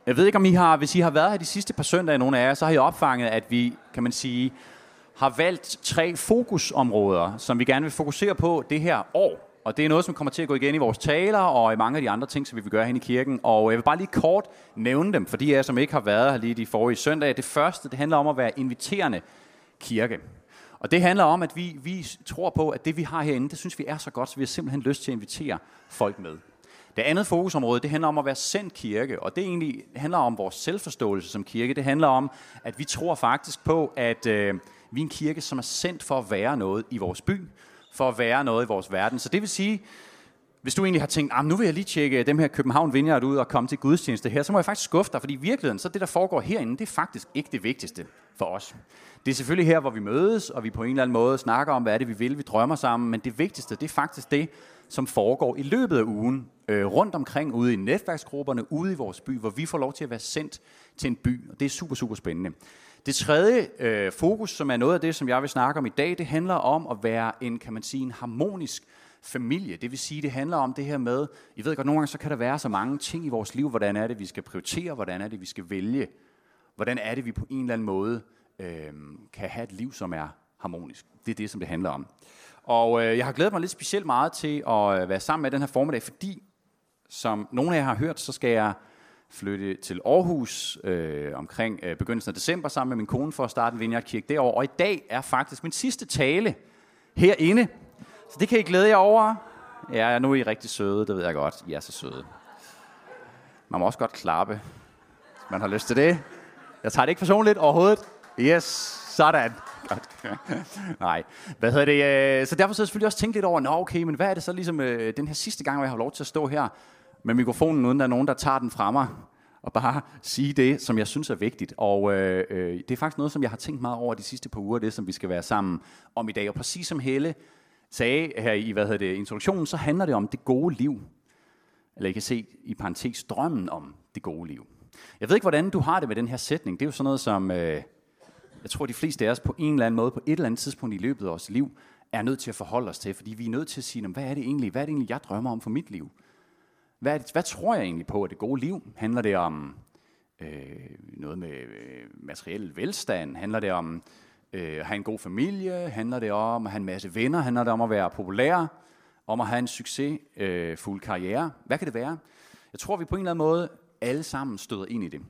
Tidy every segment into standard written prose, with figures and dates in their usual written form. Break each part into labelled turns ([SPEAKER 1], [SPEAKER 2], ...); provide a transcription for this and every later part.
[SPEAKER 1] Jeg ved ikke, om hvis I har været her de sidste par søndage, nogle af jer, så har I opfanget, at vi, kan man sige, har valgt 3 fokusområder, som vi gerne vil fokusere på det her år. Og det er noget, som kommer til at gå igen i vores taler og i mange af de andre ting, som vi vil gøre hen i kirken. Og jeg vil bare lige kort nævne dem, for de af jer, som ikke har været her lige de forrige søndage. Det første, det handler om at være inviterende kirke. Og det handler om, at vi tror på, at det vi har herinde, det synes vi er så godt, så vi har simpelthen lyst til at invitere folk med. Det andet fokusområde, det handler om at være sendt kirke, og det egentlig handler om vores selvforståelse som kirke. Det handler om, at vi tror faktisk på, at vi er en kirke, som er sendt for at være noget i vores by, for at være noget i vores verden. Så det vil sige, hvis du egentlig har tænkt, nu vil jeg lige tjekke dem her København Vineyard ud og komme til gudstjeneste her, så må jeg faktisk skuffe dig, fordi i virkeligheden, så det der foregår herinde, det er faktisk ikke det vigtigste for os. Det er selvfølgelig her, hvor vi mødes, og vi på en eller anden måde snakker om, hvad er det, vi vil, vi drømmer sammen, men det vigtigste, det er faktisk det, som foregår i løbet af ugen, rundt omkring, ude i netværksgrupperne, ude i vores by, hvor vi får lov til at være sendt til en by, og det er super, super spændende. Det tredje fokus, som er noget af det, som jeg vil snakke om i dag, det handler om at være en, kan man sige, en harmonisk familie. Det vil sige, det handler om det her med, I ved godt, nogle gange så kan der være så mange ting i vores liv, hvordan er det, vi skal prioritere, hvordan er det, vi skal vælge, hvordan er det, vi på en eller anden måde kan have et liv, som er harmonisk. Det er det, som det handler om. Og jeg har glædet mig lidt specielt meget til at være sammen med den her formiddag, fordi, som nogle af jer har hørt, så skal jeg flytte til Aarhus omkring begyndelsen af december sammen med min kone for at starte en Vineyard-kirke derovre. Og i dag er faktisk min sidste tale herinde. Så det kan I glæde jer over. Ja, nu er I rigtig søde, det ved jeg godt. I er så søde. Man må også godt klappe, hvis man har lyst til det. Jeg tager det ikke personligt overhovedet. Yes, sådan. Godt. Nej, hvad hedder det? Så derfor så jeg selvfølgelig også tænkt lidt over, okay, men hvad er det så ligesom den her sidste gang, hvor jeg har lov til at stå her med mikrofonen, uden der er nogen, der tager den fra mig, og bare sige det, som jeg synes er vigtigt. Og det er faktisk noget, som jeg har tænkt meget over de sidste par uger, det som vi skal være sammen om i dag. Og præcis som Helle sagde her i introduktionen, så handler det om det gode liv. Eller I kan se i parentes drømmen om det gode liv. Jeg ved ikke, hvordan du har det med den her sætning. Det er jo sådan noget, som jeg tror, de fleste af os på en eller anden måde, på et eller andet tidspunkt i løbet af vores liv, er nødt til at forholde os til. Fordi vi er nødt til at sige, hvad er det egentlig, jeg drømmer om for mit liv? Hvad tror jeg egentlig på, at det gode liv? Handler det om noget med materiel velstand? Handler det om at have en god familie? Handler det om at have en masse venner? Handler det om at være populær? Om at have en succesfuld karriere? Hvad kan det være? Jeg tror, vi på en eller anden måde alle sammen støder ind i det.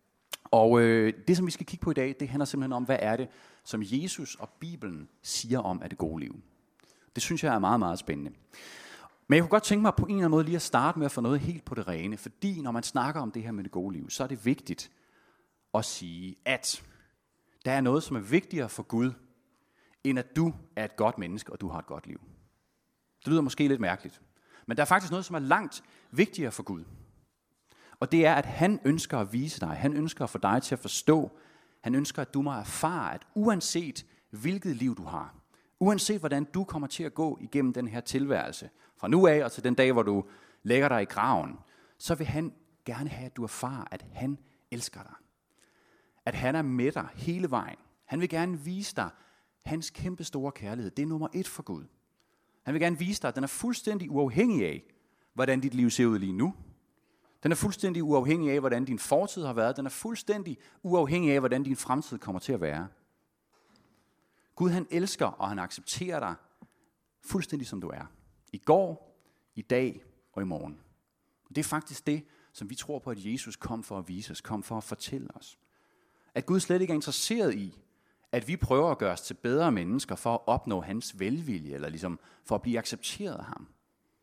[SPEAKER 1] Og det, som vi skal kigge på i dag, det handler simpelthen om, hvad er det, som Jesus og Bibelen siger om er det gode liv. Det synes jeg er meget, meget spændende. Men jeg kunne godt tænke mig på en eller anden måde lige at starte med at få noget helt på det rene, fordi når man snakker om det her med det gode liv, så er det vigtigt at sige, at der er noget, som er vigtigere for Gud, end at du er et godt menneske, og du har et godt liv. Det lyder måske lidt mærkeligt, men der er faktisk noget, som er langt vigtigere for Gud. Og det er, at han ønsker at vise dig, han ønsker at få dig til at forstå, han ønsker, at du må erfare, at uanset hvilket liv du har, uanset hvordan du kommer til at gå igennem den her tilværelse, fra nu af og til den dag, hvor du lægger dig i graven, så vil han gerne have, at du erfarer, at han elsker dig. At han er med dig hele vejen. Han vil gerne vise dig hans kæmpe store kærlighed. Det er nummer 1 for Gud. Han vil gerne vise dig, at den er fuldstændig uafhængig af, hvordan dit liv ser ud lige nu. Den er fuldstændig uafhængig af, hvordan din fortid har været. Den er fuldstændig uafhængig af, hvordan din fremtid kommer til at være. Gud han elsker, og han accepterer dig fuldstændig som du er. I går, i dag og i morgen. Og det er faktisk det, som vi tror på, at Jesus kom for at vise os, kom for at fortælle os. At Gud slet ikke er interesseret i, at vi prøver at gøre os til bedre mennesker for at opnå hans velvilje, eller ligesom for at blive accepteret af ham.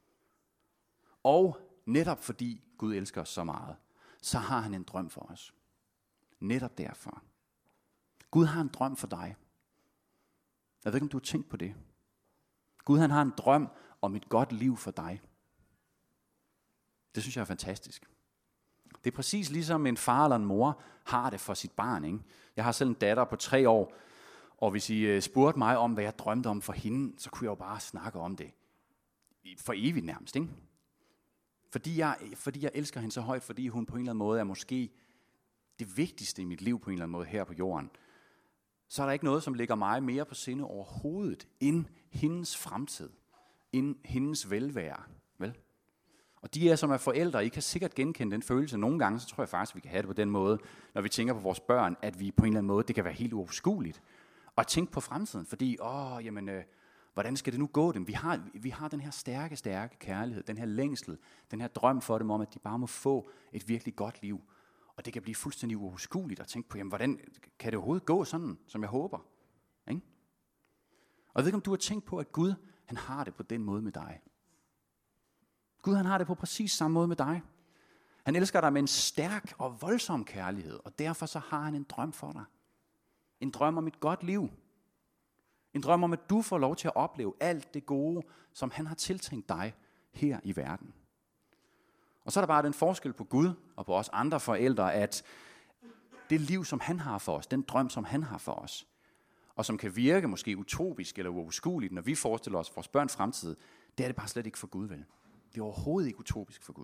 [SPEAKER 1] Og netop fordi Gud elsker os så meget, så har han en drøm for os. Netop derfor. Gud har en drøm for dig. Jeg ved ikke, om du har tænkt på det. Gud han har en drøm om et godt liv for dig. Det synes jeg er fantastisk. Det er præcis ligesom en far eller en mor har det for sit barn. Ikke? Jeg har selv en datter på 3 år, og hvis I spurgte mig om, hvad jeg drømte om for hende, så kunne jeg jo bare snakke om det. For evigt nærmest, ikke? Fordi jeg elsker hende så højt, fordi hun på en eller anden måde er måske det vigtigste i mit liv på en eller anden måde her på jorden. Så er der ikke noget, som ligger mig mere på sinde overhovedet, end hendes fremtid, end hendes velvære. Vel? Og de af som er forældre, I kan sikkert genkende den følelse. Nogle gange, så tror jeg faktisk, vi kan have det på den måde, når vi tænker på vores børn, at vi på en eller anden måde, det kan være helt uoverskueligt at tænke på fremtiden. Fordi, hvordan skal det nu gå dem? Vi har den her stærke kærlighed, den her længsel, den her drøm for dem om, at de bare må få et virkelig godt liv. Og det kan blive fuldstændig uoverskueligt at tænke på, jamen, hvordan kan det overhovedet gå sådan, som jeg håber? Ikke? Og jeg ved ikke, om du har tænkt på, at Gud, han har det på den måde med dig. Gud, han har det på præcis samme måde med dig. Han elsker dig med en stærk og voldsom kærlighed, og derfor så har han en drøm for dig. En drøm om et godt liv. En drøm om, at du får lov til at opleve alt det gode, som han har tiltænkt dig her i verden. Og så er der bare den forskel på Gud og på os andre forældre, at det liv, som han har for os, den drøm, som han har for os, og som kan virke måske utopisk eller uoverskueligt, når vi forestiller os vores børns fremtid, det er det bare slet ikke for Gud, vel? Det er overhovedet ikke utopisk for Gud.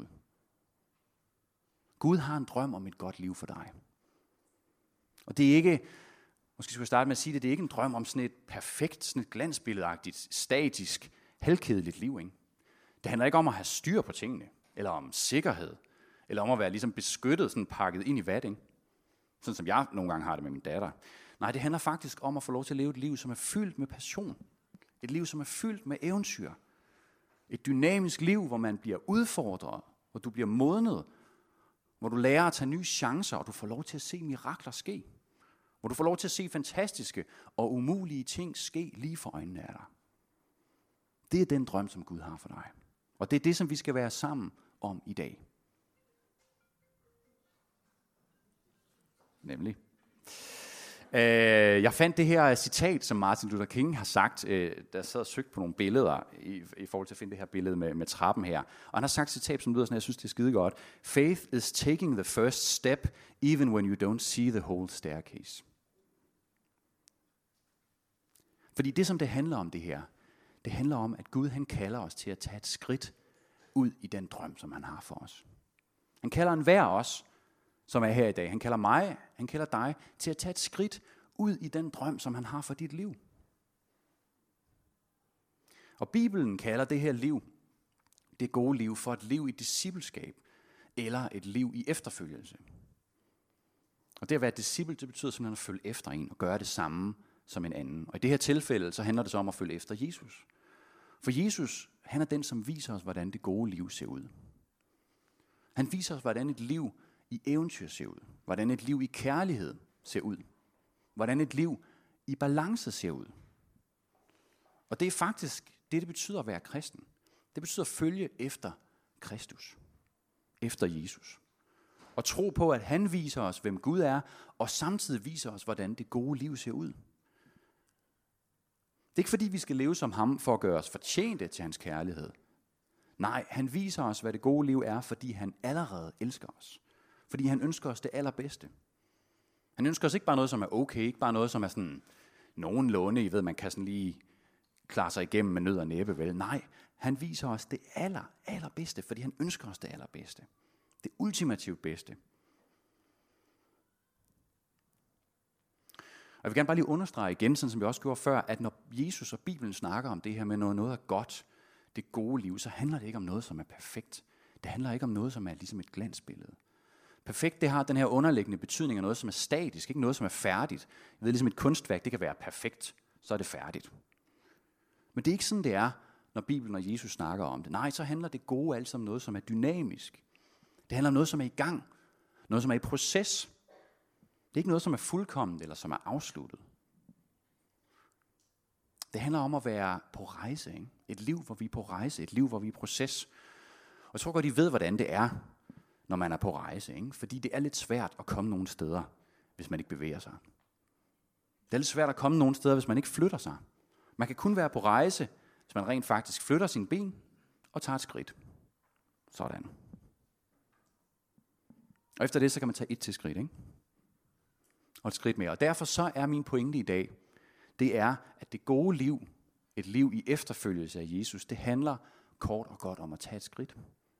[SPEAKER 1] Gud har en drøm om et godt liv for dig. Og det er ikke, måske skal jeg starte med at sige det, det er ikke en drøm om sådan et perfekt, sådan et glansbilledagtigt, statisk, halvkedeligt liv, ikke? Det handler ikke om at have styr på tingene, eller om sikkerhed, eller om at være ligesom beskyttet, sådan pakket ind i vat, ikke? Sådan som jeg nogle gange har det med min datter. Nej, det handler faktisk om at få lov til at leve et liv, som er fyldt med passion. Et liv, som er fyldt med eventyr. Et dynamisk liv, hvor man bliver udfordret, hvor du bliver modnet, hvor du lærer at tage nye chancer, og du får lov til at se mirakler ske. Hvor du får lov til at se fantastiske og umulige ting ske lige for øjnene af dig. Det er den drøm, som Gud har for dig. Og det er det, som vi skal være sammen om i dag. Nemlig. Jeg fandt det her citat, som Martin Luther King har sagt, der sad og søgte på nogle billeder i forhold til at finde det her billede med trappen her. Og han har sagt et citat, som lyder sådan, jeg synes, det er skide godt. Faith is taking the first step, even when you don't see the whole staircase. Fordi det, som det handler om det her, det handler om, at Gud han kalder os til at tage et skridt ud i den drøm, som han har for os. Han kalder enhver os, som er her i dag. Han kalder mig, han kalder dig til at tage et skridt ud i den drøm, som han har for dit liv. Og Bibelen kalder det her liv, det gode liv, for et liv i discipleskab, eller et liv i efterfølgelse. Og det at være disciple, det betyder simpelthen at følge efter en og gøre det samme som en anden. Og i det her tilfælde, så handler det så om at følge efter Jesus. For Jesus, han er den, som viser os, hvordan det gode liv ser ud. Han viser os, hvordan et liv i eventyr ser ud. Hvordan et liv i kærlighed ser ud. Hvordan et liv i balance ser ud. Og det er faktisk det betyder at være kristen. Det betyder at følge efter Kristus. Efter Jesus. Og tro på, at han viser os, hvem Gud er, og samtidig viser os, hvordan det gode liv ser ud. Det er ikke fordi, vi skal leve som ham, for at gøre os fortjente til hans kærlighed. Nej, han viser os, hvad det gode liv er, fordi han allerede elsker os. Fordi han ønsker os det allerbedste. Han ønsker os ikke bare noget, som er okay, ikke bare noget, som er sådan nogenlunde, I ved, man kan sådan lige klare sig igennem med nød og næppe, vel? Nej, han viser os det allerbedste, fordi han ønsker os det allerbedste. Det ultimativt bedste. Og jeg vil gerne bare lige understrege igen, sådan som vi også gjorde før, at når Jesus og Bibelen snakker om det her med noget er godt, det gode liv, så handler det ikke om noget, som er perfekt. Det handler ikke om noget, som er ligesom et glansbillede. Perfekt, det har den her underliggende betydning af noget, som er statisk, ikke noget, som er færdigt. Jeg ved, ligesom et kunstværk, det kan være perfekt, så er det færdigt. Men det er ikke sådan, det er, når Bibelen og Jesus snakker om det. Nej, så handler det gode altså om noget, som er dynamisk. Det handler om noget, som er i gang. Noget, som er i proces. Det er ikke noget, som er fuldkomment eller som er afsluttet. Det handler om at være på rejse. Ikke? Et liv, hvor vi er på rejse. Et liv, hvor vi er i proces. Og jeg tror godt, I ved, hvordan det er, når man er på rejse. Ikke? Fordi det er lidt svært at komme nogen steder, hvis man ikke bevæger sig. Det er lidt svært at komme nogen steder, hvis man ikke flytter sig. Man kan kun være på rejse, hvis man rent faktisk flytter sine ben og tager et skridt. Sådan. Og efter det, så kan man tage et til skridt, ikke? Og et skridt mere. Og derfor så er min pointe i dag, det er, at det gode liv, et liv i efterfølgelse af Jesus, det handler kort og godt om at tage et skridt.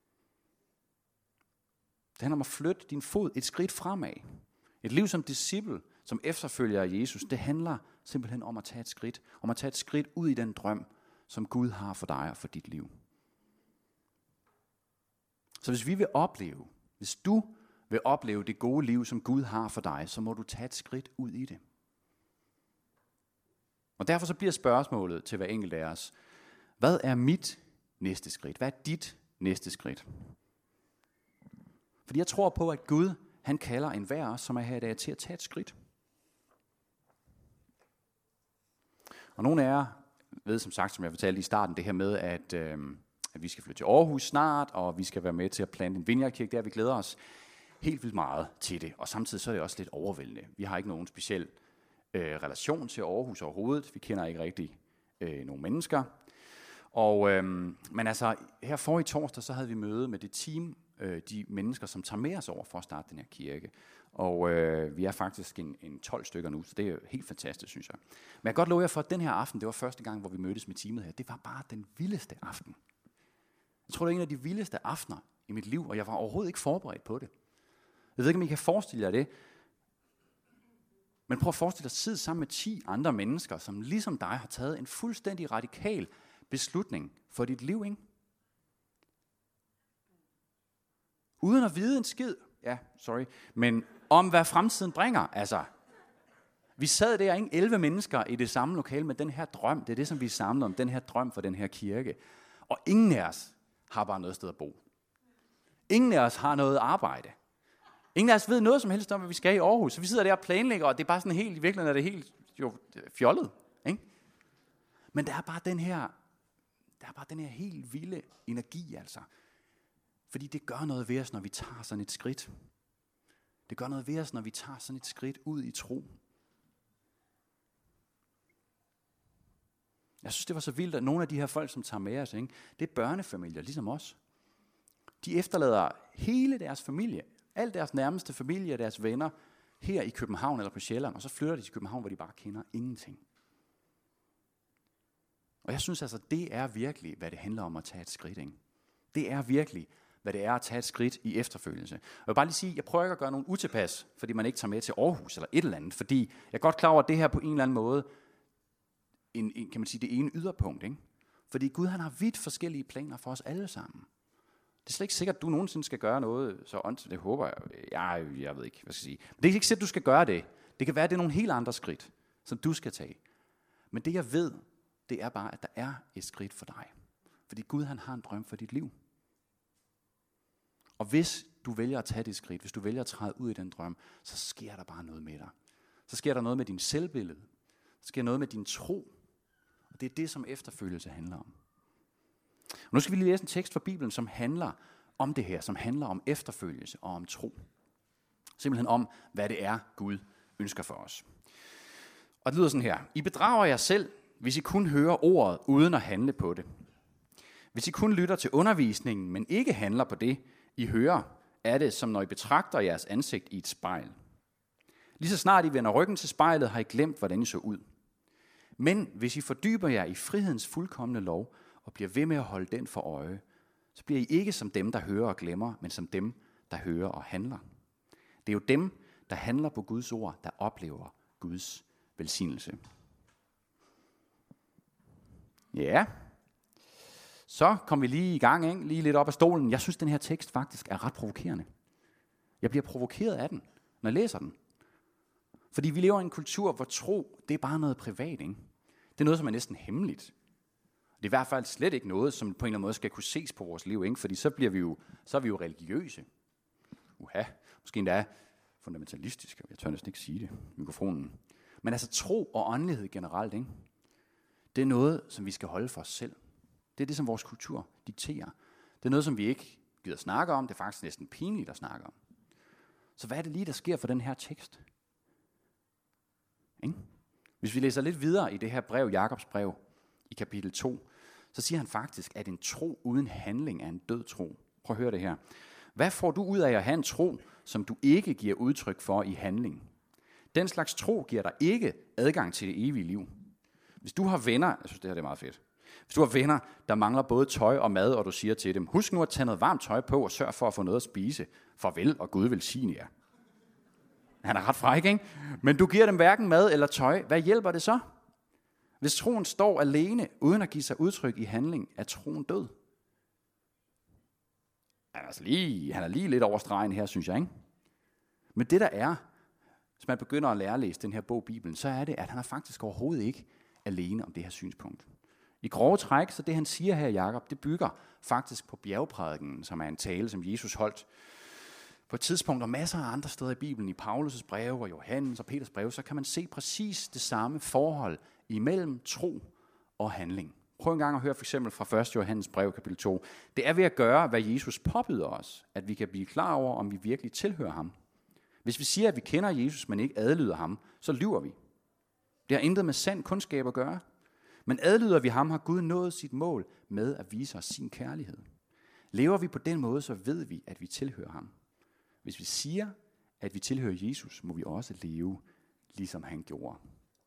[SPEAKER 1] Det handler om at flytte din fod et skridt fremad. Et liv som disciple, som efterfølger af Jesus, det handler simpelthen om at tage et skridt. Om at tage et skridt ud i den drøm, som Gud har for dig og for dit liv. Så hvis du vil opleve det gode liv, som Gud har for dig, så må du tage et skridt ud i det. Og derfor så bliver spørgsmålet til hver enkelt af os, hvad er mit næste skridt? Hvad er dit næste skridt? Fordi jeg tror på, at Gud, han kalder enhver af os, som er her i dag, til at tage et skridt. Og nogle af jer ved, som sagt, som jeg fortalte i starten, det her med, at vi skal flytte til Aarhus snart, og vi skal være med til at plante en vineyardkirke der. Vi glæder os helt vildt meget til det, og samtidig så er det også lidt overvældende. Vi har ikke nogen speciel relation til Aarhus overhovedet. Vi kender ikke rigtig nogen mennesker. Men altså, her forrige torsdag, så havde vi møde med det team, de mennesker, som tager med os over for at starte den her kirke. Og vi er faktisk en 12 stykker nu, så det er jo helt fantastisk, synes jeg. Men jeg kan godt love jer for, at den her aften, det var første gang, hvor vi mødtes med teamet her. Det var bare den vildeste aften. Jeg tror, det er en af de vildeste aftener i mit liv, og jeg var overhovedet ikke forberedt på det. Jeg ved ikke, om I kan forestille jer det. Men prøv at forestille dig at sidde sammen med 10 andre mennesker, som ligesom dig har taget en fuldstændig radikal beslutning for dit liv, ikke? Uden at vide en skid, men om hvad fremtiden bringer, altså. Vi sad der, ikke 11 mennesker i det samme lokale med den her drøm, det er det, som vi samler om, den her drøm for den her kirke. Og ingen af os har bare noget sted at bo. Ingen af os har noget arbejde. Ingen af os ved noget som helst om, hvad vi skal i Aarhus. Så vi sidder der og planlægger, og det er bare sådan helt, i virkeligheden er det helt fjollet. Ikke? Men der er bare den her helt vilde energi, altså. Fordi det gør noget ved os, når vi tager sådan et skridt. Det gør noget ved os, når vi tager sådan et skridt ud i tro. Jeg synes, det var så vildt, at nogle af de her folk, som tager med os, ikke, det er børnefamilier, ligesom os. De efterlader hele deres familie, al deres nærmeste familie og deres venner, her i København eller på Sjælland, og så flytter de til København, hvor de bare kender ingenting. Og jeg synes altså, det er virkelig, hvad det handler om at tage et skridt. Ikke? Det er virkelig, hvad det er at tage et skridt i efterfølgelse. Og jeg vil bare lige sige, jeg prøver ikke at gøre nogen utilpas, fordi man ikke tager med til Aarhus eller et eller andet, fordi jeg er godt klar over, at det her på en eller anden måde, kan man sige, det ene yderpunkt. Ikke? Fordi Gud, han har vidt forskellige planer for os alle sammen. Det er slet ikke sikkert, at du nogensinde skal gøre noget så åndssvagt. Det håber jeg. Jeg ved ikke, hvad skal jeg sige. Men det er ikke sikkert, at du skal gøre det. Det kan være, at det er nogle helt andre skridt, som du skal tage. Men det jeg ved, det er bare, at der er et skridt for dig. Fordi Gud, han har en drøm for dit liv. Og hvis du vælger at tage det skridt, hvis du vælger at træde ud i den drøm, så sker der bare noget med dig. Så sker der noget med din selvbillede. Så sker noget med din tro. Og det er det, som efterfølgelse handler om. Og nu skal vi lige læse en tekst fra Bibelen, som handler om det her, som handler om efterfølgelse og om tro. Simpelthen om, hvad det er, Gud ønsker for os. Og det lyder sådan her. I bedrager jer selv, hvis I kun hører ordet, uden at handle på det. Hvis I kun lytter til undervisningen, men ikke handler på det, I hører, er det, som når I betragter jeres ansigt i et spejl. Lige så snart I vender ryggen til spejlet, har I glemt, hvordan I så ud. Men hvis I fordyber jer i frihedens fuldkomne lov, og bliver ved med at holde den for øje, så bliver I ikke som dem, der hører og glemmer, men som dem, der hører og handler. Det er jo dem, der handler på Guds ord, der oplever Guds velsignelse. Ja, så kom vi lige i gang, ikke? Lige lidt op af stolen. Jeg synes, den her tekst faktisk er ret provokerende. Jeg bliver provokeret af den, når jeg læser den. Fordi vi lever i en kultur, hvor tro, det er bare noget privat, ikke? Det er noget, som er næsten hemmeligt. Det er i hvert fald slet ikke noget, som på en eller anden måde skal kunne ses på vores liv, ikke? Fordi så er vi jo religiøse. Måske endda fundamentalistiske. Jeg tør næsten ikke sige det i mikrofonen. Men altså tro og åndelighed generelt, ikke? Det er noget, som vi skal holde for os selv. Det er det, som vores kultur dikterer. Det er noget, som vi ikke gider snakke om. Det er faktisk næsten pinligt at snakke om. Så hvad er det lige, der sker for den her tekst? Ikke? Hvis vi læser lidt videre i det her brev, Jakobs brev, i kapitel 2, så siger han faktisk, at en tro uden handling er en død tro. Prøv at høre det her. Hvad får du ud af at have en tro, som du ikke giver udtryk for i handling? Den slags tro giver dig ikke adgang til det evige liv. Hvis du har venner, jeg synes det her det er meget fedt. Hvis du har venner, der mangler både tøj og mad, og du siger til dem, husk nu at tage noget varmt tøj på og sørg for at få noget at spise. Farvel og Gud velsigne jer. Han er ret fræk, ikke? Men du giver dem hverken mad eller tøj. Hvad hjælper det så? Hvis troen står alene, uden at give sig udtryk i handling, er troen død. han er lige lidt over stregen her, synes jeg, ikke? Men det der er, hvis man begynder at lære at læse den her bog, Bibelen, så er det, at han er faktisk overhovedet ikke alene om det her synspunkt. I grove træk, så det han siger her, Jakob, det bygger faktisk på bjergprædikenen, som er en tale, som Jesus holdt på et tidspunkt, og masser af andre steder i Bibelen, i Paulus' breve og Johannes og Peters breve, så kan man se præcis det samme forhold imellem tro og handling. Prøv en gang at høre for eksempel fra 1. Johannes brev, kapitel 2. Det er ved at gøre, hvad Jesus påbyder os, at vi kan blive klar over, om vi virkelig tilhører ham. Hvis vi siger, at vi kender Jesus, men ikke adlyder ham, så lyver vi. Det har intet med sand kundskab at gøre. Men adlyder vi ham, har Gud nået sit mål med at vise os sin kærlighed. Lever vi på den måde, så ved vi, at vi tilhører ham. Hvis vi siger, at vi tilhører Jesus, må vi også leve, ligesom han gjorde.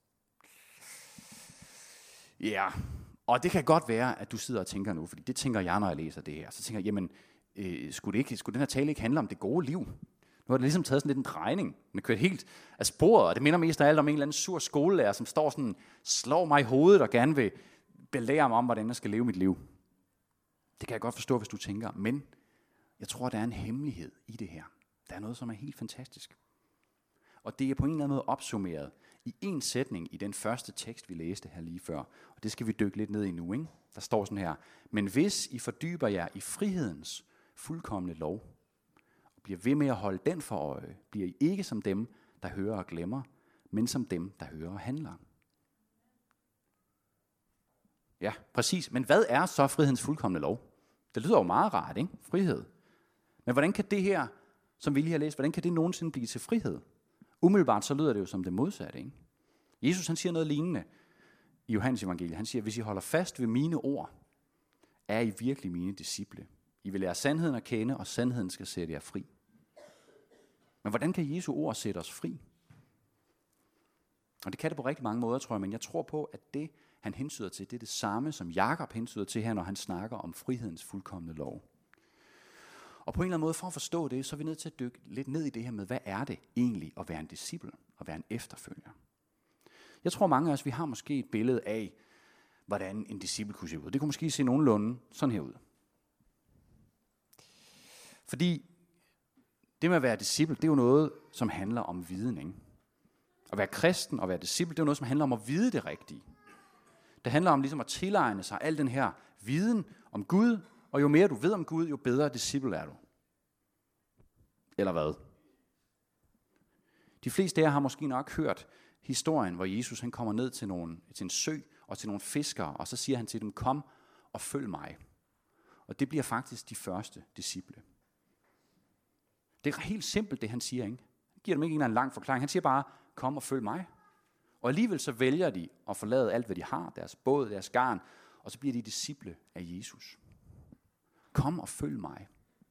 [SPEAKER 1] Ja, og det kan godt være, at du sidder og tænker nu, fordi det tænker jeg, når jeg læser det her. Så tænker jeg, jamen, skulle den her tale ikke handle om det gode liv? Nu har det ligesom taget sådan lidt en drejning. Den er kørt helt af sporet, og det minder mest af alt om en eller anden sur skolelærer, som står sådan, slår mig i hovedet og gerne vil belære mig om, hvordan jeg skal leve mit liv. Det kan jeg godt forstå, hvis du tænker, men jeg tror, der er en hemmelighed i det her. Der er noget, som er helt fantastisk. Og det er på en eller anden måde opsummeret i en sætning i den første tekst, vi læste her lige før. Og det skal vi dykke lidt ned i nu, ikke? Der står sådan her, men hvis I fordyber jer i frihedens fuldkomne lov, og bliver ved med at holde den for øje, bliver I ikke som dem, der hører og glemmer, men som dem, der hører og handler. Ja, præcis. Men hvad er så frihedens fuldkomne lov? Det lyder jo meget rart, ikke? Frihed. Men hvordan kan det her, som vi lige har læst, hvordan kan det nogensinde blive til frihed? Umiddelbart så lyder det jo som det modsatte, ikke? Jesus han siger noget lignende i Johannes evangeliet. Han siger, hvis I holder fast ved mine ord, er I virkelig mine disciple. I vil lære sandheden at kende, og sandheden skal sætte jer fri. Men hvordan kan Jesu ord sætte os fri? Og det kan det på rigtig mange måder, tror jeg, men jeg tror på, at det, han hensyder til, det er det samme, som Jakob hensyder til her, når han snakker om frihedens fuldkomne lov. Og på en eller anden måde, for at forstå det, så er vi nødt til at dykke lidt ned i det her med, hvad er det egentlig at være en disciple, og være en efterfølger? Jeg tror, mange af os, vi har måske et billede af, hvordan en disciple kunne se ud. Det kunne måske se nogenlunde sådan her ud. Fordi det med at være disciple, det er jo noget, som handler om viden, ikke? At være kristen og være disciple, det er jo noget, som handler om at vide det rigtige. Det handler om ligesom at tilegne sig al den her viden om Gud, og jo mere du ved om Gud, jo bedre disciple er du. Eller hvad? De fleste af jer har måske nok hørt historien, hvor Jesus han kommer ned til en sø og til nogle fiskere, og så siger han til dem, kom og følg mig. Og det bliver faktisk de første disciple. Det er helt simpelt, det han siger, ikke? Han giver dem ikke en eller anden lang forklaring. Han siger bare, kom og følg mig. Og alligevel så vælger de at forlade alt, hvad de har, deres båd, deres garn, og så bliver de disciple af Jesus. Kom og følg mig.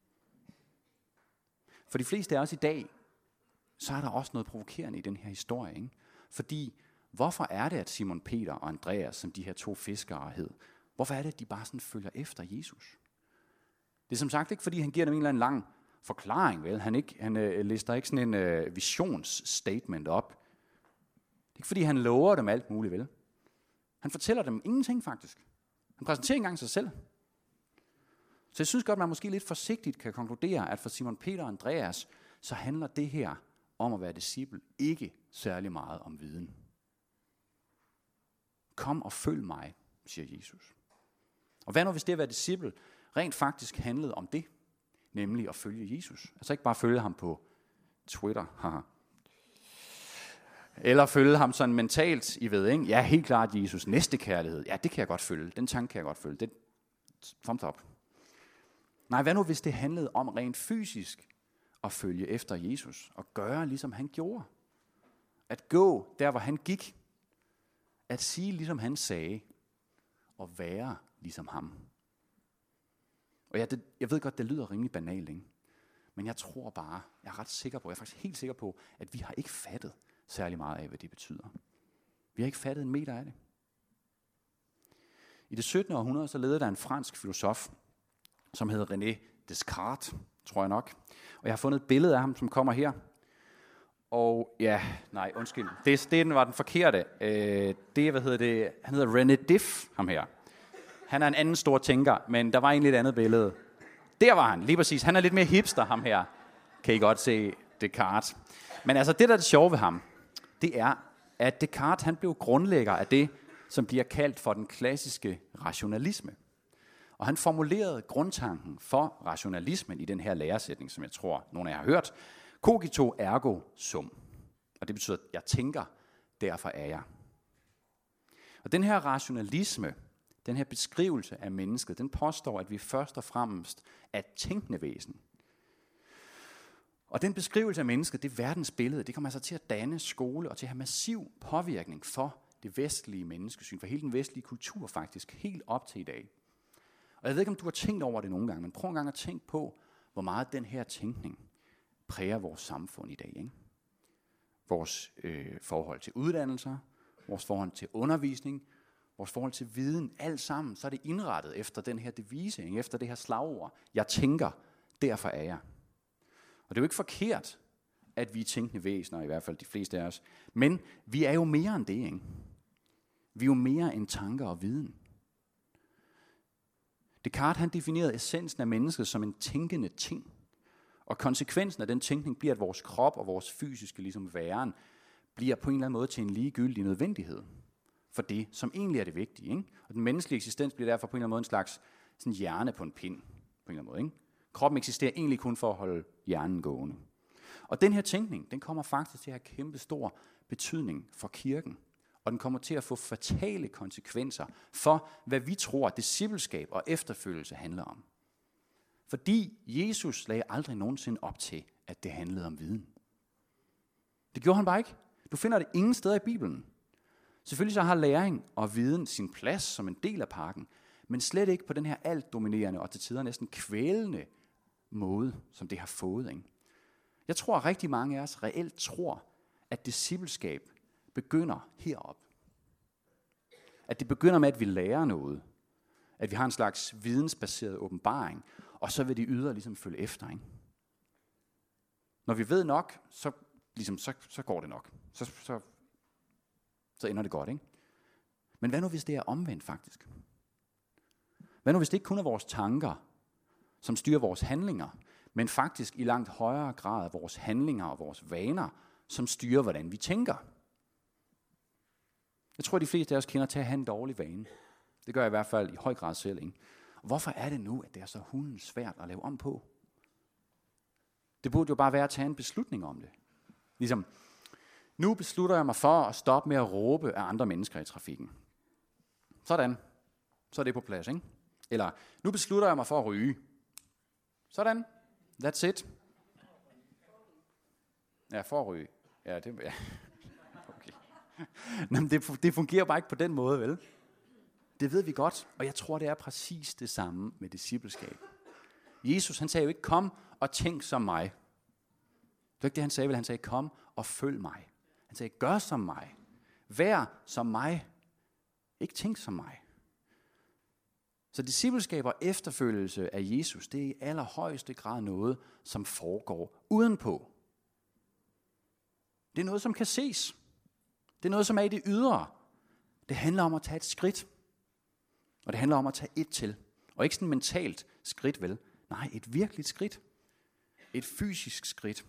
[SPEAKER 1] For de fleste af os i dag, så er der også noget provokerende i den her historie, ikke? Fordi, hvorfor er det, at Simon Peter og Andreas, som de her to fiskere hed, hvorfor er det, at de bare sådan følger efter Jesus? Det er som sagt ikke, fordi han giver dem en eller anden lang forklaring, vel? Han lister ikke sådan en visionsstatement op. Det er ikke, fordi han lover dem alt muligt, vel? Han fortæller dem ingenting, faktisk. Han præsenterer ikke engang sig selv. Så jeg synes godt, man måske lidt forsigtigt kan konkludere, at for Simon Peter og Andreas, så handler det her om at være disciple ikke særlig meget om viden. Kom og følg mig, siger Jesus. Og hvad nu, hvis det at være disciple rent faktisk handlede om det, nemlig at følge Jesus? Altså ikke bare følge ham på Twitter, haha. Eller følge ham sådan mentalt, I ved, ikke? Ja, helt klart Jesus, næste kærlighed. Ja, det kan jeg godt følge. Den tanke kan jeg godt følge. Det thumbs up. Nej, hvad nu hvis det handlede om rent fysisk at følge efter Jesus og gøre ligesom han gjorde? At gå der, hvor han gik. At sige ligesom han sagde. Og være ligesom ham. Og jeg ved godt, det lyder rimelig banalt, ikke? Men jeg tror bare, jeg er ret sikker på, jeg er faktisk helt sikker på, at vi har ikke fattet særlig meget af, hvad det betyder. Vi har ikke fattet en meter af det. I det 17. århundrede, så levede der en fransk filosof, som hed René Descartes, tror jeg nok. Og jeg har fundet et billede af ham, som kommer her. Og ja, nej, undskyld. Det var den forkerte. Han hedder René Dif, ham her. Han er en anden stor tænker, men der var egentlig et andet billede. Der var han, lige præcis. Han er lidt mere hipster, ham her. Kan I godt se Descartes. Men altså, det der er det sjove ved ham, det er, at Descartes han blev grundlægger af det, som bliver kaldt for den klassiske rationalisme. Og han formulerede grundtanken for rationalismen i den her læresætning, som jeg tror, nogle af jer har hørt. Cogito ergo sum. Og det betyder, at jeg tænker, derfor er jeg. Og den her rationalisme, den her beskrivelse af mennesket, den påstår, at vi først og fremmest er et tænkende væsen. Og den beskrivelse af mennesket, det verdensbillede, det kommer altså til at danne skole og til at have massiv påvirkning for det vestlige menneskesyn, for hele den vestlige kultur faktisk, helt op til i dag. Og jeg ved ikke, om du har tænkt over det nogle gange, men prøv en gang at tænke på, hvor meget den her tænkning præger vores samfund i dag. Ikke? Vores forhold til uddannelser, vores forhold til undervisning, vores forhold til viden, alt sammen, så er det indrettet efter den her devise, ikke? Efter det her slagord. Jeg tænker, derfor er jeg. Og det er jo ikke forkert, at vi er tænkende væsener, i hvert fald de fleste af os. Men vi er jo mere end det, ikke? Vi er jo mere end tanker og viden. Descartes han definerede essensen af mennesket som en tænkende ting. Og konsekvensen af den tænkning bliver, at vores krop og vores fysiske ligesom væren bliver på en eller anden måde til en ligegyldig nødvendighed for det, som egentlig er det vigtige. Ikke? Og den menneskelige eksistens bliver derfor på en eller anden måde en slags sådan hjerne på en pind. På en eller anden måde, ikke? Kroppen eksisterer egentlig kun for at holde hjernen gående. Og den her tænkning, den kommer faktisk til at have kæmpe stor betydning for kirken. Og den kommer til at få fatale konsekvenser for, hvad vi tror, at discipleskab og efterfølgelse handler om. Fordi Jesus lagde aldrig nogensinde op til, at det handlede om viden. Det gjorde han bare ikke. Du finder det ingen steder i Bibelen. Selvfølgelig så har læring og viden sin plads som en del af pakken, men slet ikke på den her alt dominerende og til tider næsten kvælende måde, som det har fået. Ikke? Jeg tror, at rigtig mange af os reelt tror, at discipleskab begynder herop. At det begynder med, at vi lærer noget. At vi har en slags vidensbaseret åbenbaring, og så vil de ydre ligesom følge efter. Ikke? Når vi ved nok, så går det nok. Så ender det godt. Ikke? Men hvad nu, hvis det er omvendt faktisk? Hvad nu, hvis det ikke kun er vores tanker, som styrer vores handlinger, men faktisk i langt højere grad vores handlinger og vores vaner, som styrer, hvordan vi tænker? Jeg tror, de fleste af os kender til at have en dårlig vane. Det gør jeg i hvert fald i høj grad selv. Ikke? Og hvorfor er det nu, at det er så hundens svært at lave om på? Det burde jo bare være at tage en beslutning om det. Ligesom, nu beslutter jeg mig for at stoppe med at råbe af andre mennesker i trafikken. Sådan. Så er det på plads, ikke? Eller, nu beslutter jeg mig for at ryge. Sådan. That's it. Ja, for at ryge. Ja. Okay. Men det fungerer bare ikke på den måde, vel? Det ved vi godt, og jeg tror, det er præcis det samme med discipleskab. Jesus, han sagde jo ikke, kom og tænk som mig. Det var ikke det, han sagde, vel? Han sagde, kom og følg mig. Han sagde, gør som mig. Vær som mig. Ikke tænk som mig. Så discipleskab og efterfølgelse af Jesus, det er i allerhøjeste grad noget, som foregår udenpå. Det er noget, som kan ses. Det er noget, som er i det ydre. Det handler om at tage et skridt. Og det handler om at tage et til. Og ikke sådan et mentalt skridt, vel? Nej, et virkeligt skridt. Et fysisk skridt.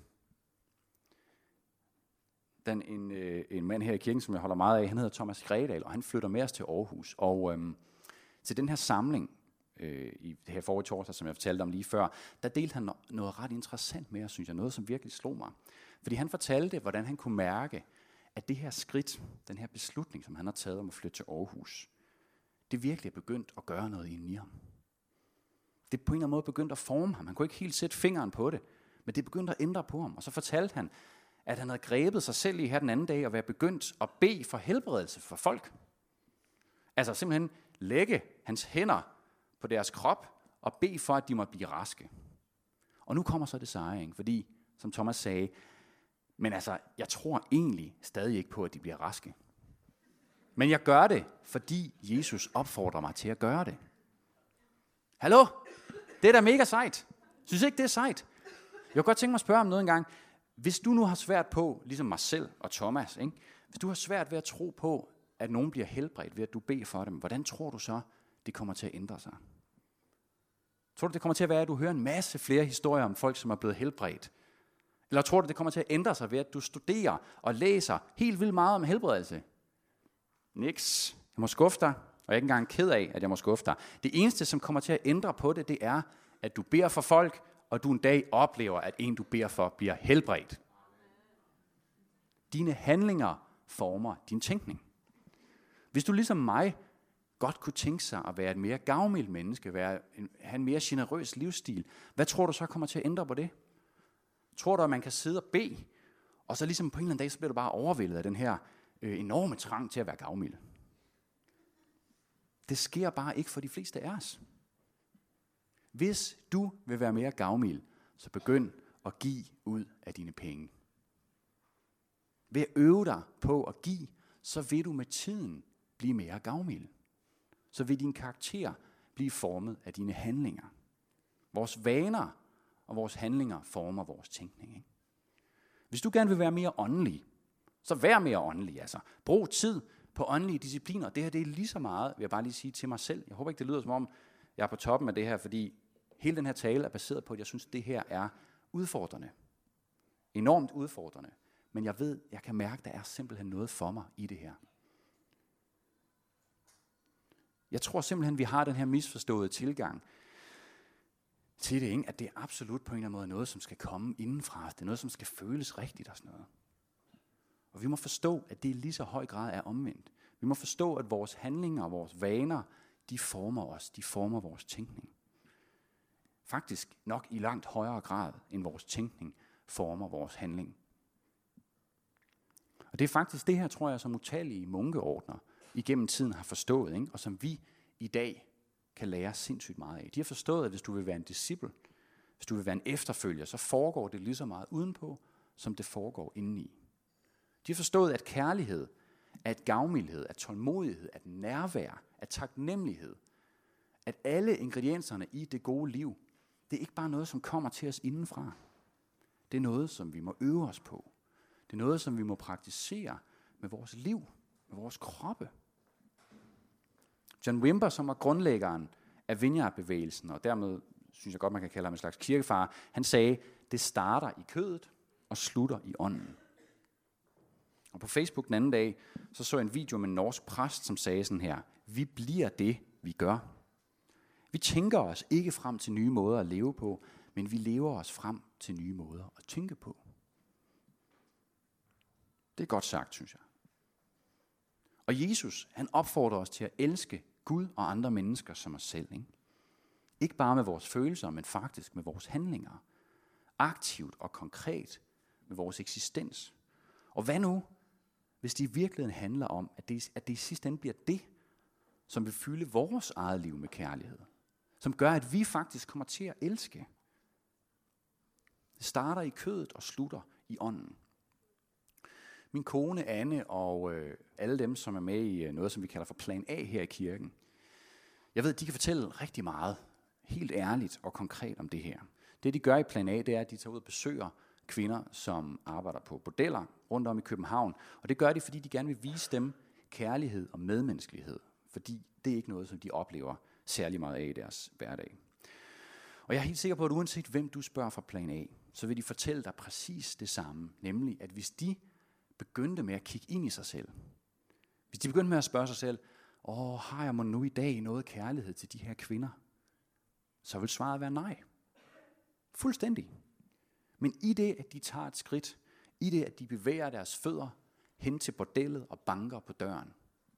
[SPEAKER 1] En mand her i kirken, som jeg holder meget af, han hedder Thomas Gredal, og han flytter med os til Aarhus. Og til den her samling, i det her forrige torsdag, som jeg fortalte om lige før, der delte han noget ret interessant med os, synes jeg. Noget, som virkelig slog mig. Fordi han fortalte, hvordan han kunne mærke, at det her skridt, den her beslutning, som han har taget om at flytte til Aarhus, det virkelig er begyndt at gøre noget inde i ham. Det er på en eller anden måde begyndt at forme ham. Han kunne ikke helt sætte fingeren på det, men det begyndte at ændre på ham. Og så fortalte han, at han havde grebet sig selv i her den anden dag og været begyndt at bede for helbredelse for folk. Altså simpelthen lægge hans hænder på deres krop og bede for, at de måtte blive raske. Og nu kommer så det seje, ikke? Fordi, som Thomas sagde, men altså, jeg tror egentlig stadig ikke på, at de bliver raske. Men jeg gør det, fordi Jesus opfordrer mig til at gøre det. Hallo? Det er da mega sejt. Synes ikke, det er sejt? Jeg kunne godt tænke mig at spørge om noget engang. Hvis du nu har svært på, ligesom mig selv og Thomas, ikke? Hvis du har svært ved at tro på, at nogen bliver helbredt ved, at du beder for dem, hvordan tror du så, det kommer til at ændre sig? Tror du, det kommer til at være, at du hører en masse flere historier om folk, som er blevet helbredt? Eller tror du, det kommer til at ændre sig ved, at du studerer og læser helt vildt meget om helbredelse? Niks. Jeg må skuffe dig, og jeg er ikke engang ked af, at jeg må skuffe dig. Det eneste, som kommer til at ændre på det, det er, at du beder for folk, og du en dag oplever, at en, du beder for, bliver helbredt. Dine handlinger former din tænkning. Hvis du ligesom mig godt kunne tænke sig at være et mere gavmildt menneske, have en mere generøs livsstil, hvad tror du så kommer til at ændre på det? Tror du, at man kan sidde og bede, og så ligesom på en eller anden dag, så bliver du bare overvældet af den her enorme trang til at være gavmild? Det sker bare ikke for de fleste af os. Hvis du vil være mere gavmild, så begynd at give ud af dine penge. Ved at øve dig på at give, så vil du med tiden blive mere gavmild. Så vil din karakter blive formet af dine handlinger. Vores vaner og vores handlinger former vores tænkning. Ikke? Hvis du gerne vil være mere åndelig, så vær mere åndelig. Altså. Brug tid på åndelige discipliner. Det her det er lige så meget, vil jeg bare lige sige til mig selv. Jeg håber ikke, det lyder som om, jeg er på toppen af det her, fordi hele den her tale er baseret på, at jeg synes, det her er udfordrende. Enormt udfordrende. Men jeg kan mærke, at der er simpelthen noget for mig i det her. Jeg tror simpelthen, vi har den her misforståede tilgang til det, ikke? At det er absolut på en eller anden måde noget, som skal komme indenfra. Det er noget, som skal føles rigtigt og sådan noget. Og vi må forstå, at det i lige så høj grad er omvendt. Vi må forstå, at vores handlinger og vores vaner, de former os, de former vores tænkning. Faktisk nok i langt højere grad, end vores tænkning former vores handling. Og det er faktisk det her, tror jeg, som utallige munkeordner igennem tiden har forstået, ikke? Og som vi i dag kan lære sindssygt meget af. De har forstået, at hvis du vil være en disciple, hvis du vil være en efterfølger, så foregår det lige så meget udenpå, som det foregår indeni. De har forstået, at kærlighed, at gavmildhed, at tålmodighed, at nærvær, at taknemmelighed, at alle ingredienserne i det gode liv, det er ikke bare noget, som kommer til os indenfra. Det er noget, som vi må øve os på. Det er noget, som vi må praktisere med vores liv, med vores kroppe. John Wimber, som var grundlæggeren af Vineyard-bevægelsen, og dermed synes jeg godt, man kan kalde ham en slags kirkefar, han sagde, det starter i kødet og slutter i ånden. Og på Facebook den anden dag, så jeg en video med en norsk præst, som sagde sådan her, vi bliver det, vi gør. Vi tænker os ikke frem til nye måder at leve på, men vi lever os frem til nye måder at tænke på. Det er godt sagt, synes jeg. Og Jesus, han opfordrer os til at elske Gud og andre mennesker som os selv. Ikke bare med vores følelser, men faktisk med vores handlinger. Aktivt og konkret med vores eksistens. Og hvad nu, hvis det i virkeligheden handler om, at det i sidste ende bliver det, som vil fylde vores eget liv med kærlighed. Som gør, at vi faktisk kommer til at elske. Det starter i kødet og slutter i ånden. Min kone Anne og alle dem, som er med i noget, som vi kalder for Plan A her i kirken. Jeg ved, de kan fortælle rigtig meget, helt ærligt og konkret om det her. Det de gør i Plan A, det er, at de tager ud og besøger kvinder, som arbejder på bordeller rundt om i København. Og det gør de, fordi de gerne vil vise dem kærlighed og medmenneskelighed. Fordi det er ikke noget, som de oplever særlig meget af i deres hverdag. Og jeg er helt sikker på, at uanset hvem du spørger fra Plan A, så vil de fortælle dig præcis det samme. Nemlig, at hvis de begyndte med at kigge ind i sig selv. Hvis de begyndte med at spørge sig selv, har jeg nu i dag noget kærlighed til de her kvinder? Så vil svaret være nej. Fuldstændig. Men i det, at de tager et skridt, i det, at de bevæger deres fødder hen til bordellet og banker på døren,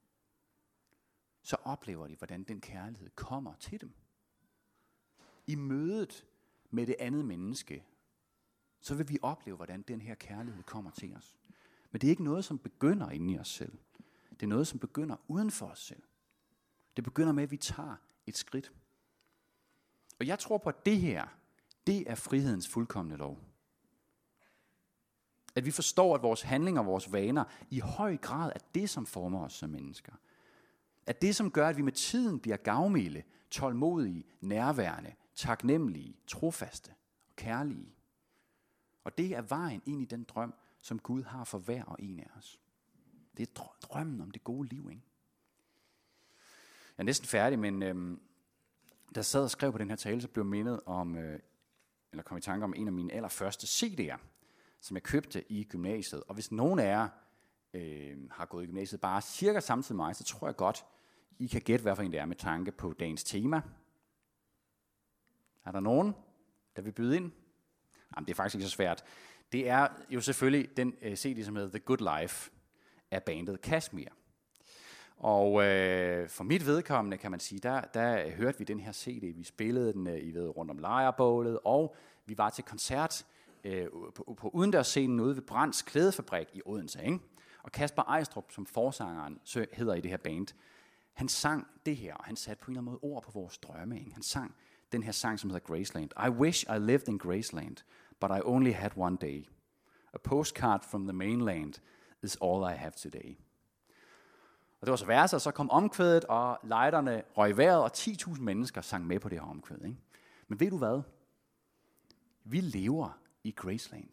[SPEAKER 1] så oplever de, hvordan den kærlighed kommer til dem. I mødet med det andet menneske, så vil vi opleve, hvordan den her kærlighed kommer til os. Men det er ikke noget, som begynder inde i os selv. Det er noget, som begynder uden for os selv. Det begynder med, at vi tager et skridt. Og jeg tror på, at det her, det er frihedens fuldkomne lov. At vi forstår, at vores handlinger og vores vaner i høj grad er det, som former os som mennesker. At det, som gør, at vi med tiden bliver gavmilde, tålmodige, nærværende, taknemmelige, trofaste og kærlige. Og det er vejen ind i den drøm, som Gud har for hver og en af os. Det er drømmen om det gode liv, ikke? Jeg er næsten færdig, men Da jeg sad og skrev på den her tale, så blev jeg mindet om, eller kom i tanke om en af mine allerførste CD'er, som jeg købte i gymnasiet. Og hvis nogen af jer har gået i gymnasiet bare cirka samtidig med mig, så tror jeg godt, I kan gætte, hvad for en det er med tanke på dagens tema. Er der nogen, der vil byde ind? Jamen, det er faktisk ikke så svært. Det er jo selvfølgelig den CD, som hedder The Good Life af bandet Kashmir. Og for mit vedkommende, kan man sige, der hørte vi den her CD. Vi spillede den rundt om lejrebålet, og vi var til koncert på udendørsscenen ude ved Brands Klædefabrik i Odense. Ikke? Og Kasper Ejstrup, som forsangeren hedder i det her band, han sang det her, og han satte på en eller anden måde ord på vores drømme. Ikke? Han sang den her sang, som hedder Graceland. I wish I lived in Graceland, but I only had one day. A postcard from the mainland is all I have today. Og det var så verset, og så kom omkvædet, og lejderne røg i vejret, og 10.000 mennesker sang med på det her omkvæd. Ikke? Men ved du hvad? Vi lever i Graceland.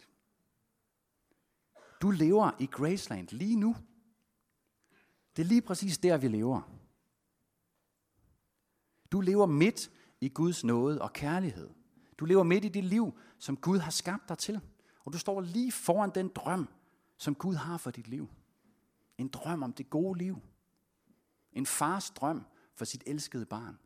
[SPEAKER 1] Du lever i Graceland lige nu. Det er lige præcis der, vi lever. Du lever midt i Guds nåde og kærlighed. Du lever midt i det liv, som Gud har skabt dig til. Og du står lige foran den drøm, som Gud har for dit liv. En drøm om det gode liv. En fars drøm for sit elskede barn.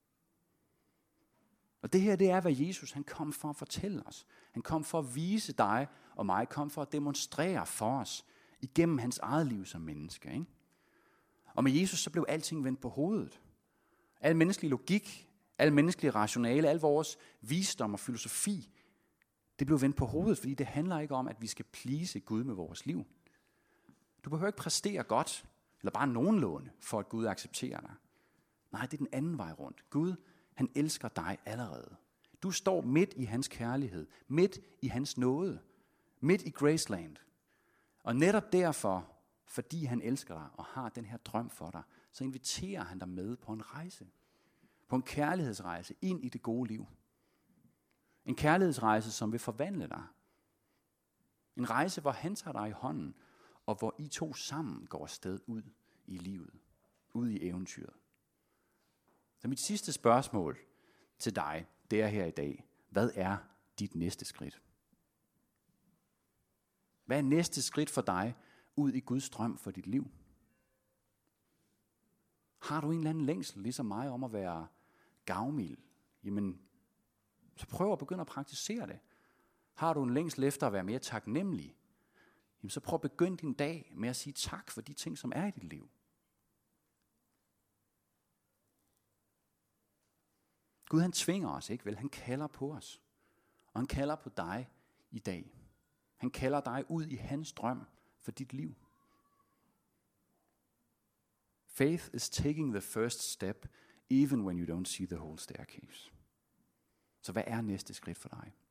[SPEAKER 1] Og det her, det er, hvad Jesus han kom for at fortælle os. Han kom for at vise dig og mig, kom for at demonstrere for os igennem hans eget liv som menneske. Ikke? Og med Jesus, så blev alting vendt på hovedet. Al menneskelig logik, al menneskelig rationale, al vores visdom og filosofi, det blev vendt på hovedet, fordi det handler ikke om, at vi skal please Gud med vores liv. Du behøver ikke præstere godt, eller bare nogenlunde, for at Gud accepterer dig. Nej, det er den anden vej rundt. Gud, han elsker dig allerede. Du står midt i hans kærlighed, midt i hans nåde, midt i Graceland. Og netop derfor, fordi han elsker dig og har den her drøm for dig, så inviterer han dig med på en rejse. På en kærlighedsrejse ind i det gode liv. En kærlighedsrejse, som vil forvandle dig. En rejse, hvor han tager dig i hånden, og hvor I to sammen går afsted ud i livet. Ud i eventyret. Så mit sidste spørgsmål til dig, det er her i dag. Hvad er dit næste skridt? Hvad er næste skridt for dig ud i Guds drøm for dit liv? Har du en eller anden længsel, ligesom mig, om at være gavmild? Jamen, så prøv at begynde at praktisere det. Har du en længsel efter at være mere taknemmelig? Jamen, så prøv at begynde din dag med at sige tak for de ting, som er i dit liv. Gud, han tvinger os, ikke vel? Han kalder på os. Og han kalder på dig i dag. Han kalder dig ud i hans drøm for dit liv. Faith is taking the first step, even when you don't see the whole staircase. Så hvad er næste skridt for dig?